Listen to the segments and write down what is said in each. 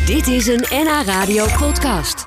Dit is een NH Radio podcast.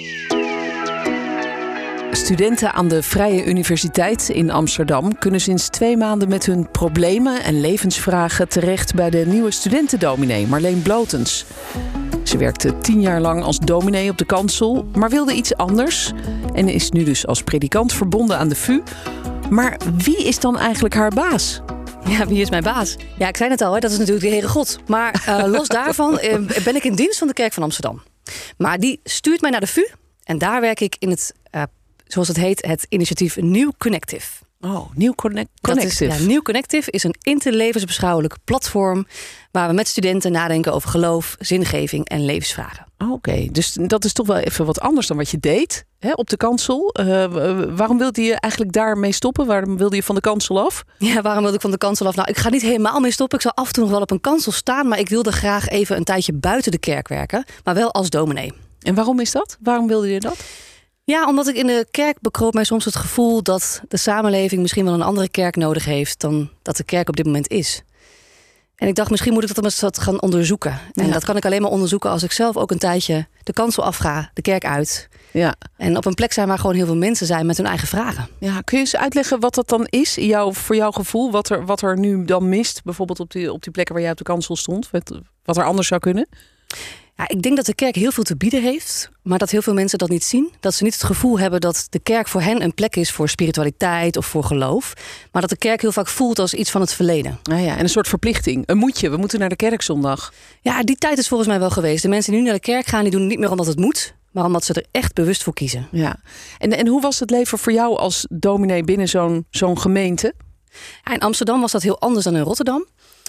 Studenten aan de Vrije Universiteit in Amsterdam kunnen sinds 2 maanden met hun problemen en levensvragen terecht bij de nieuwe studentendominee Marleen Blotens. Ze werkte 10 jaar lang als dominee op de kansel, maar wilde iets anders en is nu dus als predikant verbonden aan de VU. Maar wie is dan eigenlijk haar baas? Ja, wie is mijn baas? Ja, ik zei het al, hè, dat is natuurlijk de Heere God. Maar los daarvan ben ik in dienst van de Kerk van Amsterdam. Maar die stuurt mij naar de VU. En daar werk ik in het, zoals het heet, het initiatief New Connective. Oh, New Connective. New Connective is een interlevensbeschouwelijk platform waar we met studenten nadenken over geloof, zingeving en levensvragen. Oké, dus dat is toch wel even wat anders dan wat je deed, hè, op de kansel. Waarom wilde je eigenlijk daarmee stoppen? Waarom wilde je van de kansel af? Ja, waarom wilde ik van de kansel af? Nou, ik ga niet helemaal mee stoppen. Ik zal af en toe nog wel op een kansel staan, maar ik wilde graag even een tijdje buiten de kerk werken, maar wel als dominee. En waarom is dat? Waarom wilde je dat? Ja, omdat ik in de kerk bekroop mij soms het gevoel dat de samenleving misschien wel een andere kerk nodig heeft dan dat de kerk op dit moment is. En ik dacht, misschien moet ik dat eens gaan onderzoeken. En dat kan ik alleen maar onderzoeken als ik zelf ook een tijdje de kansel afga, de kerk uit. Ja. En op een plek zijn waar gewoon heel veel mensen zijn met hun eigen vragen. Ja, kun je eens uitleggen wat dat dan is voor jouw gevoel? Wat er nu dan mist, bijvoorbeeld op die plekken waar jij op de kansel stond? Wat er anders zou kunnen? Ja, ik denk dat de kerk heel veel te bieden heeft, maar dat heel veel mensen dat niet zien. Dat ze niet het gevoel hebben dat de kerk voor hen een plek is voor spiritualiteit of voor geloof. Maar dat de kerk heel vaak voelt als iets van het verleden. Ah ja, en een soort verplichting. Een moetje, we moeten naar de kerk zondag. Ja, die tijd is volgens mij wel geweest. De mensen die nu naar de kerk gaan, die doen het niet meer omdat het moet, maar omdat ze er echt bewust voor kiezen. Ja. En hoe was het leven voor jou als dominee binnen zo'n gemeente? Ja, in Amsterdam was dat heel anders dan in Rotterdam.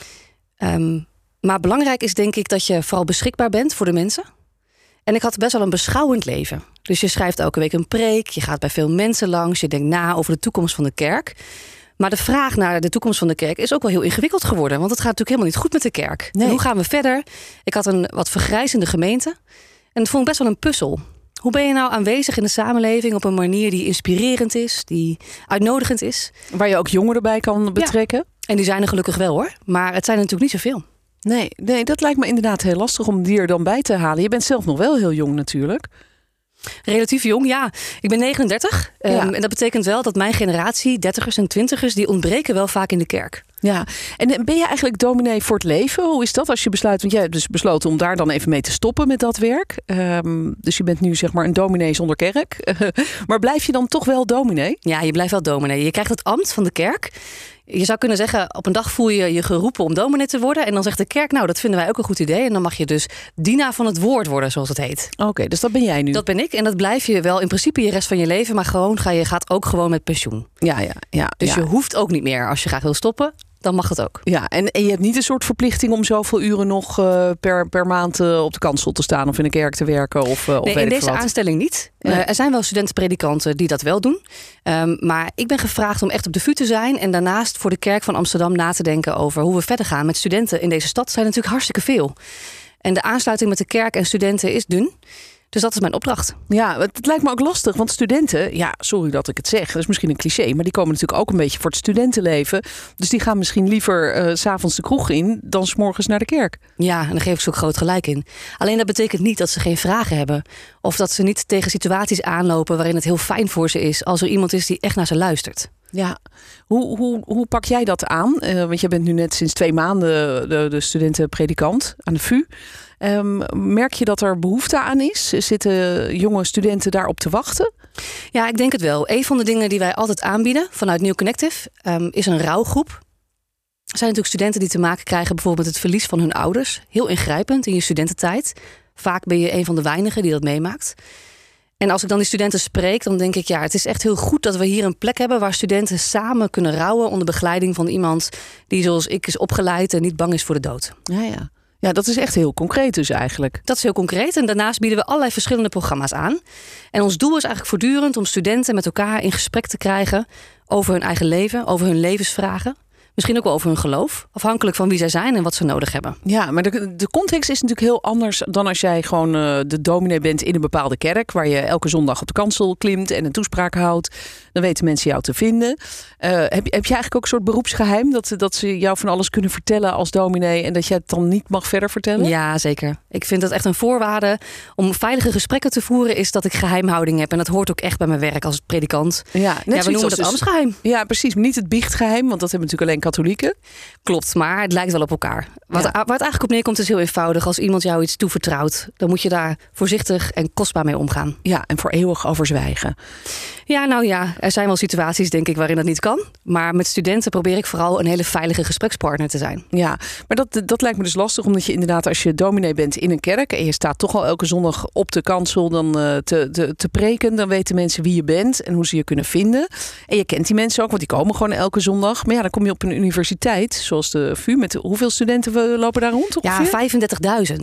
Maar belangrijk is denk ik dat je vooral beschikbaar bent voor de mensen. En ik had best wel een beschouwend leven. Dus je schrijft elke week een preek, je gaat bij veel mensen langs, je denkt na over de toekomst van de kerk. Maar de vraag naar de toekomst van de kerk is ook wel heel ingewikkeld geworden. Want het gaat natuurlijk helemaal niet goed met de kerk. Nee. En hoe gaan we verder? Ik had een wat vergrijzende gemeente. En dat vond ik best wel een puzzel. Hoe ben je nou aanwezig in de samenleving op een manier die inspirerend is, die uitnodigend is? Waar je ook jongeren bij kan betrekken? Ja. En die zijn er gelukkig wel hoor. Maar het zijn er natuurlijk niet zoveel. Nee, dat lijkt me inderdaad heel lastig om die er dan bij te halen. Je bent zelf nog wel heel jong natuurlijk. Relatief jong, ja. Ik ben 39. En dat betekent wel dat mijn generatie, 30ers en 20ers, die ontbreken wel vaak in de kerk. Ja, en ben je eigenlijk dominee voor het leven? Hoe is dat als je besluit? Want jij hebt dus besloten om daar dan even mee te stoppen met dat werk. Dus je bent nu zeg maar een dominee zonder kerk. Maar blijf je dan toch wel dominee? Ja, je blijft wel dominee. Je krijgt het ambt van de kerk. Je zou kunnen zeggen, op een dag voel je je geroepen om dominee te worden. En dan zegt de kerk, nou, dat vinden wij ook een goed idee. En dan mag je dus dienaar van het woord worden, zoals het heet. Oké, dus dat ben jij nu? Dat ben ik. En dat blijf je wel in principe je rest van je leven. Maar je gaat ook gewoon met pensioen. Ja. Dus je hoeft ook niet meer als je graag wil stoppen. Dan mag het ook. Ja, en je hebt niet een soort verplichting om zoveel uren nog per maand op de kansel te staan of in een kerk te werken? Nee, in deze aanstelling niet. Nee. Er zijn wel studentenpredikanten die dat wel doen. Maar ik ben gevraagd om echt op de VU te zijn en daarnaast voor de Kerk van Amsterdam na te denken over hoe we verder gaan met studenten in deze stad. Zijn natuurlijk hartstikke veel. En de aansluiting met de kerk en studenten is dun. Dus dat is mijn opdracht. Ja, het lijkt me ook lastig, want studenten, ja, sorry dat ik het zeg, dat is misschien een cliché, maar die komen natuurlijk ook een beetje voor het studentenleven. Dus die gaan misschien liever 's avonds de kroeg in dan 's morgens naar de kerk. Ja, en daar geef ik ze ook groot gelijk in. Alleen dat betekent niet dat ze geen vragen hebben. Of dat ze niet tegen situaties aanlopen waarin het heel fijn voor ze is als er iemand is die echt naar ze luistert. Ja, hoe pak jij dat aan? Want jij bent nu net sinds 2 maanden de studentenpredikant aan de VU. Merk je dat er behoefte aan is? Zitten jonge studenten daarop te wachten? Ja, ik denk het wel. Een van de dingen die wij altijd aanbieden vanuit New Connective is een rouwgroep. Er zijn natuurlijk studenten die te maken krijgen bijvoorbeeld met het verlies van hun ouders. Heel ingrijpend in je studententijd. Vaak ben je een van de weinigen die dat meemaakt. En als ik dan die studenten spreek, dan denk ik, ja, het is echt heel goed dat we hier een plek hebben waar studenten samen kunnen rouwen onder begeleiding van iemand die zoals ik is opgeleid en niet bang is voor de dood. Ja, dat is echt heel concreet dus eigenlijk. Dat is heel concreet en daarnaast bieden we allerlei verschillende programma's aan. En ons doel is eigenlijk voortdurend om studenten met elkaar in gesprek te krijgen over hun eigen leven, over hun levensvragen. Misschien ook wel over hun geloof. Afhankelijk van wie zij zijn en wat ze nodig hebben. Ja, maar de context is natuurlijk heel anders dan als jij gewoon de dominee bent in een bepaalde kerk, waar je elke zondag op de kansel klimt en een toespraak houdt. Dan weten mensen jou te vinden. Heb je eigenlijk ook een soort beroepsgeheim? Dat ze jou van alles kunnen vertellen als dominee en dat jij het dan niet mag verder vertellen? Ja, zeker. Ik vind dat echt een voorwaarde om veilige gesprekken te voeren, is dat ik geheimhouding heb. En dat hoort ook echt bij mijn werk als predikant. Ja, net we noemen dat ambtsgeheim. Ja, precies. Niet het biechtgeheim, want dat hebben natuurlijk alleen katholieken. Klopt, maar het lijkt wel op elkaar. Waar het eigenlijk op neerkomt is heel eenvoudig. Als iemand jou iets toevertrouwt, dan moet je daar voorzichtig en kostbaar mee omgaan. Ja, en voor eeuwig over zwijgen. Ja, nou ja, er zijn wel situaties, denk ik, waarin dat niet kan. Maar met studenten probeer ik vooral een hele veilige gesprekspartner te zijn. Ja, maar dat lijkt me dus lastig, omdat je inderdaad, als je dominee bent in een kerk en je staat toch al elke zondag op de kansel dan te preken, dan weten mensen wie je bent en hoe ze je kunnen vinden. En je kent die mensen ook, want die komen gewoon elke zondag. Maar ja, dan kom je op een universiteit, zoals de VU, met hoeveel studenten lopen daar rond ongeveer? Ja, 35.000.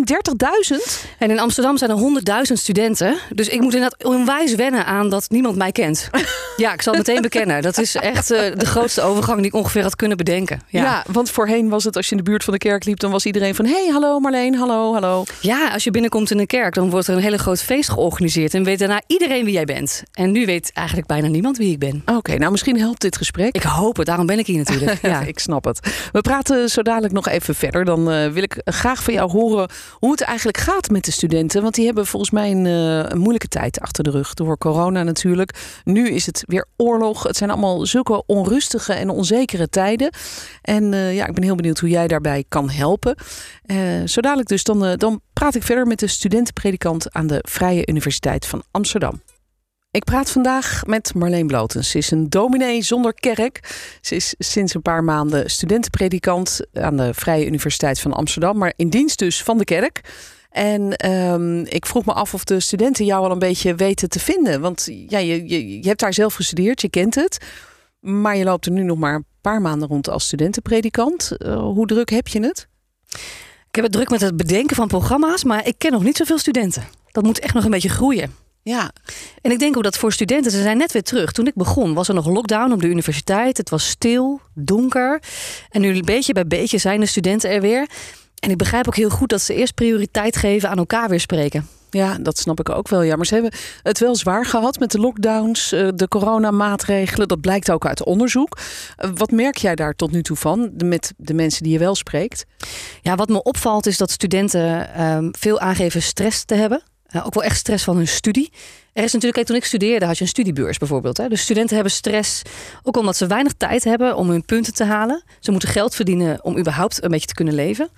35.000? En in Amsterdam zijn er 100.000 studenten. Dus ik moet inderdaad onwijs wennen aan dat niemand mij kent. Ja, ik zal het meteen bekennen. Dat is echt de grootste overgang die ik ongeveer had kunnen bedenken. Ja, want voorheen was het, als je in de buurt van de kerk liep, dan was iedereen van, hey, hallo Marleen, hallo. Ja, als je binnenkomt in een kerk, dan wordt er een hele groot feest georganiseerd en weet daarna iedereen wie jij bent. En nu weet eigenlijk bijna niemand wie ik ben. Oké, nou misschien helpt dit gesprek. Ik hoop het, daarom ben ik hier natuurlijk. Ja. Ik snap het. We praten zo dadelijk nog even verder. Dan wil ik graag van jou horen hoe het eigenlijk gaat met de studenten. Want die hebben volgens mij een moeilijke tijd achter de rug. Door corona natuurlijk. Nu is het weer oorlog. Het zijn allemaal zulke onrustige en onzekere tijden. En ik ben heel benieuwd hoe jij daarbij kan helpen. Zo dadelijk dus. Dan praat ik verder met de studentenpredikant aan de Vrije Universiteit van Amsterdam. Ik praat vandaag met Marleen Blotens. Ze is een dominee zonder kerk. Ze is sinds een paar maanden studentenpredikant aan de Vrije Universiteit van Amsterdam. Maar in dienst dus van de kerk. En ik vroeg me af of de studenten jou al een beetje weten te vinden. Want ja, je hebt daar zelf gestudeerd, je kent het. Maar je loopt er nu nog maar een paar maanden rond als studentenpredikant. Hoe druk heb je het? Ik heb het druk met het bedenken van programma's, maar ik ken nog niet zoveel studenten. Dat moet echt nog een beetje groeien. Ja. En ik denk ook dat voor studenten, ze zijn net weer terug. Toen ik begon was er nog lockdown op de universiteit. Het was stil, donker. En nu beetje bij beetje zijn de studenten er weer. En ik begrijp ook heel goed dat ze eerst prioriteit geven aan elkaar weer spreken. Ja, dat snap ik ook wel. Ja, maar ze hebben het wel zwaar gehad met de lockdowns, de coronamaatregelen. Dat blijkt ook uit onderzoek. Wat merk jij daar tot nu toe van, met de mensen die je wel spreekt? Ja, wat me opvalt is dat studenten veel aangeven stress te hebben. Ook wel echt stress van hun studie. Er is natuurlijk, toen ik studeerde had je een studiebeurs bijvoorbeeld. Dus studenten hebben stress, ook omdat ze weinig tijd hebben om hun punten te halen. Ze moeten geld verdienen om überhaupt een beetje te kunnen leven.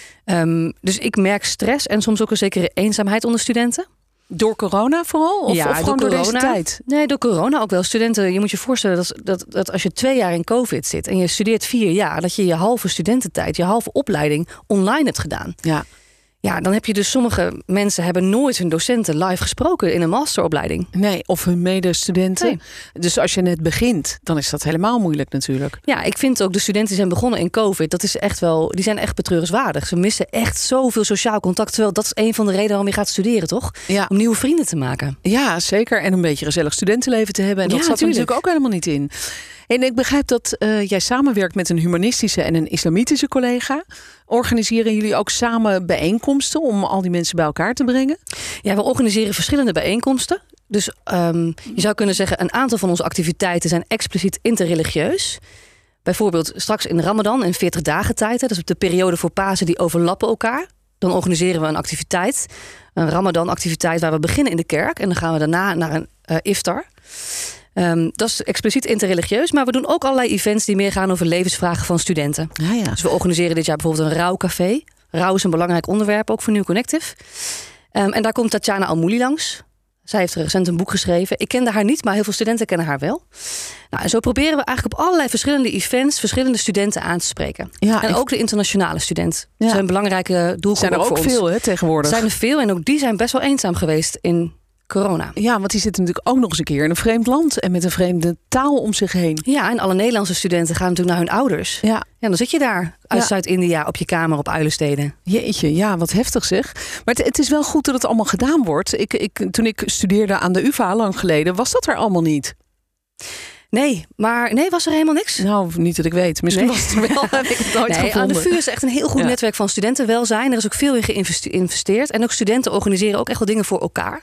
Dus ik merk stress en soms ook een zekere eenzaamheid onder studenten. Door corona vooral? Of gewoon door deze tijd? Nee, door corona ook wel. Studenten, je moet je voorstellen dat als je 2 jaar in COVID zit en je studeert 4 jaar, dat je je halve studententijd, je halve opleiding online hebt gedaan. Ja, dan heb je dus sommige mensen hebben nooit hun docenten live gesproken in een masteropleiding. Nee, of hun medestudenten. Nee. Dus als je net begint, dan is dat helemaal moeilijk natuurlijk. Ja, ik vind ook de studenten die zijn begonnen in COVID, die zijn echt betreurenswaardig. Ze missen echt zoveel sociaal contact. Terwijl dat is een van de redenen waarom je gaat studeren, toch? Ja. Om nieuwe vrienden te maken. Ja, zeker. En een beetje gezellig studentenleven te hebben. En dat zat er natuurlijk ook helemaal niet in. En ik begrijp dat jij samenwerkt met een humanistische en een islamitische collega. Organiseren jullie ook samen bijeenkomsten om al die mensen bij elkaar te brengen? Ja, we organiseren verschillende bijeenkomsten. Dus je zou kunnen zeggen, een aantal van onze activiteiten zijn expliciet interreligieus. Bijvoorbeeld straks in Ramadan, in 40 dagen tijd. Dat is op de periode voor Pasen, die overlappen elkaar. Dan organiseren we een activiteit. Een Ramadan-activiteit waar we beginnen in de kerk. En dan gaan we daarna naar een iftar. Dat is expliciet interreligieus, maar we doen ook allerlei events die meer gaan over levensvragen van studenten. Ja. Dus we organiseren dit jaar bijvoorbeeld een rouwcafé. Rouw is een belangrijk onderwerp, ook voor New Connective. En daar komt Tatjana Almouli langs. Zij heeft recent een boek geschreven. Ik kende haar niet, maar heel veel studenten kennen haar wel. Nou, en zo proberen we eigenlijk op allerlei verschillende events verschillende studenten aan te spreken. Ja, en ook de internationale student. Dat zijn een belangrijke doelgroep. Zijn er ook veel tegenwoordig? Zijn er veel en ook die zijn best wel eenzaam geweest in corona. Ja, want die zitten natuurlijk ook nog eens een keer in een vreemd land en met een vreemde taal om zich heen. Ja, en alle Nederlandse studenten gaan natuurlijk naar hun ouders. Ja, dan zit je daar uit Zuid-India op je kamer op Uilenstede. Jeetje, ja, wat heftig zeg. Maar het is wel goed dat het allemaal gedaan wordt. Toen ik studeerde aan de UvA lang geleden, was dat er allemaal niet. Nee, was er helemaal niks? Nou, niet dat ik weet. Misschien was het er wel, heb ik het nooit gevonden. Aan de VU is echt een heel goed netwerk van studentenwelzijn. Er is ook veel in geïnvesteerd. En ook studenten organiseren ook echt wel dingen voor elkaar.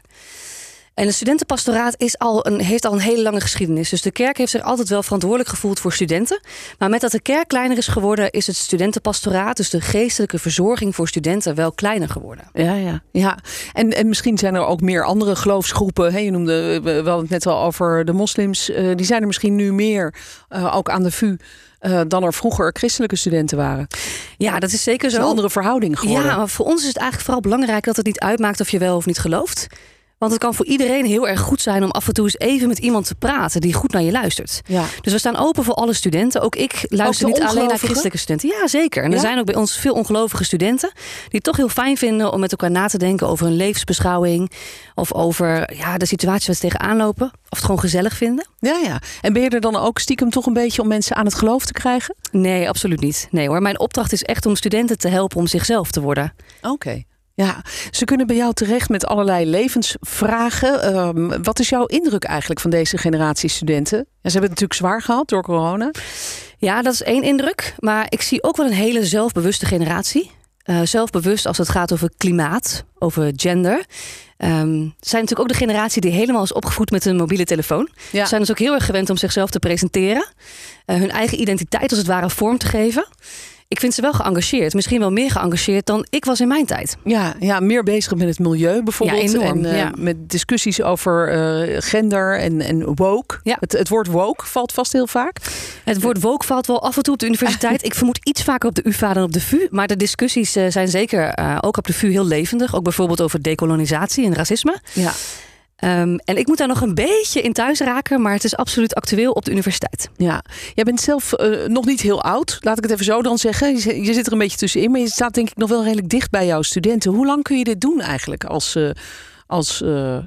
En het studentenpastoraat heeft al een hele lange geschiedenis. Dus de kerk heeft zich altijd wel verantwoordelijk gevoeld voor studenten. Maar met dat de kerk kleiner is geworden, is het studentenpastoraat, dus de geestelijke verzorging voor studenten, wel kleiner geworden. Ja. En misschien zijn er ook meer andere geloofsgroepen. We hadden het net al over de moslims. Die zijn er misschien nu meer, ook aan de VU, dan er vroeger christelijke studenten waren. Ja, dat is zeker zo. Een andere verhouding geworden. Ja, maar voor ons is het eigenlijk vooral belangrijk dat het niet uitmaakt of je wel of niet gelooft. Want het kan voor iedereen heel erg goed zijn om af en toe eens even met iemand te praten die goed naar je luistert. Ja. Dus we staan open voor alle studenten. Ook ik luister niet alleen naar christelijke studenten. Ja, zeker. En er zijn ook bij ons veel ongelovige studenten die het toch heel fijn vinden om met elkaar na te denken over een levensbeschouwing. Of over de situatie waar ze tegenaan lopen. Of het gewoon gezellig vinden. Ja. En ben je er dan ook stiekem toch een beetje om mensen aan het geloof te krijgen? Nee, absoluut niet. Nee hoor. Mijn opdracht is echt om studenten te helpen om zichzelf te worden. Oké. Ja, ze kunnen bij jou terecht met allerlei levensvragen. Wat is jouw indruk eigenlijk van deze generatie studenten? Ja, ze hebben het natuurlijk zwaar gehad door corona. Ja, dat is één indruk. Maar ik zie ook wel een hele zelfbewuste generatie. Zelfbewust als het gaat over klimaat, over gender. Zijn natuurlijk ook de generatie die helemaal is opgevoed met een mobiele telefoon. Ja. Ze zijn dus ook heel erg gewend om zichzelf te presenteren. Hun eigen identiteit als het ware vorm te geven. Ik vind ze wel geëngageerd. Misschien wel meer geëngageerd dan ik was in mijn tijd. Ja, meer bezig met het milieu bijvoorbeeld. Ja, enorm. En met discussies over gender en woke. Ja. Het woord woke valt vast heel vaak. Het woord woke valt wel af en toe op de universiteit. Ik vermoed iets vaker op de UvA dan op de VU. Maar de discussies zijn zeker ook op de VU heel levendig. Ook bijvoorbeeld over dekolonisatie en racisme. Ja. En ik moet daar nog een beetje in thuis raken, maar het is absoluut actueel op de universiteit. Ja, jij bent zelf nog niet heel oud, laat ik het even zo dan zeggen. Je zit er een beetje tussenin, maar je staat denk ik nog wel redelijk dicht bij jouw studenten. Hoe lang kun je dit doen eigenlijk als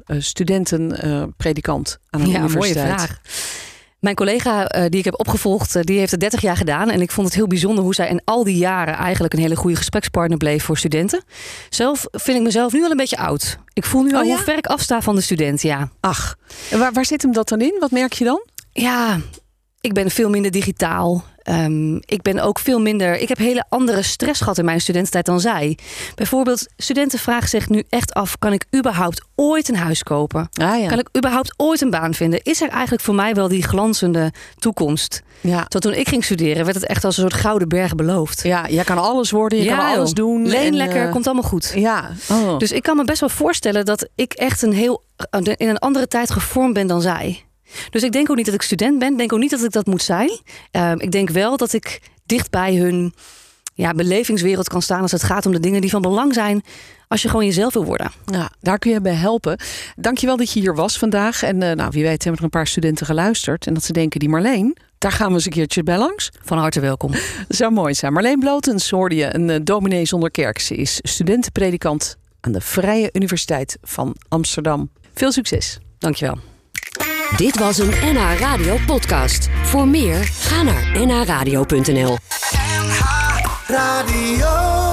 studentenpredikant aan een universiteit? Mooie vraag. Mijn collega die ik heb opgevolgd, die heeft het 30 jaar gedaan. En ik vond het heel bijzonder hoe zij in al die jaren eigenlijk een hele goede gesprekspartner bleef voor studenten. Zelf vind ik mezelf nu al een beetje oud. Ik voel nu al hoe ver ik afsta van de student, ja. Ach, en waar zit hem dat dan in? Wat merk je dan? Ja, ik ben veel minder digitaal. Ik ben ook veel minder. Ik heb hele andere stress gehad in mijn studententijd dan zij. Bijvoorbeeld, studenten vragen zich nu echt af: kan ik überhaupt ooit een huis kopen? Kan ik überhaupt ooit een baan vinden? Is er eigenlijk voor mij wel die glanzende toekomst? Ja. Toen ik ging studeren, werd het echt als een soort gouden berg beloofd. Ja, jij kan alles worden, je kan alles doen. Leen lekker, komt allemaal goed. Ja. Oh. Dus ik kan me best wel voorstellen dat ik echt in een andere tijd gevormd ben dan zij. Dus ik denk ook niet dat ik student ben. Ik denk ook niet dat ik dat moet zijn. Ik denk wel dat ik dicht bij hun belevingswereld kan staan als het gaat om de dingen die van belang zijn als je gewoon jezelf wil worden. Ja, daar kun je bij helpen. Dankjewel dat je hier was vandaag. En wie weet hebben er een paar studenten geluisterd. En dat ze denken, die Marleen, daar gaan we eens een keertje bij langs. Van harte welkom. Zou mooi zijn. Marleen Blotens hoorde je, een dominee zonder kerk. Ze is studentenpredikant aan de Vrije Universiteit van Amsterdam. Veel succes. Dankjewel. Dit was een NH Radio podcast. Voor meer, ga naar nhradio.nl. NH Radio.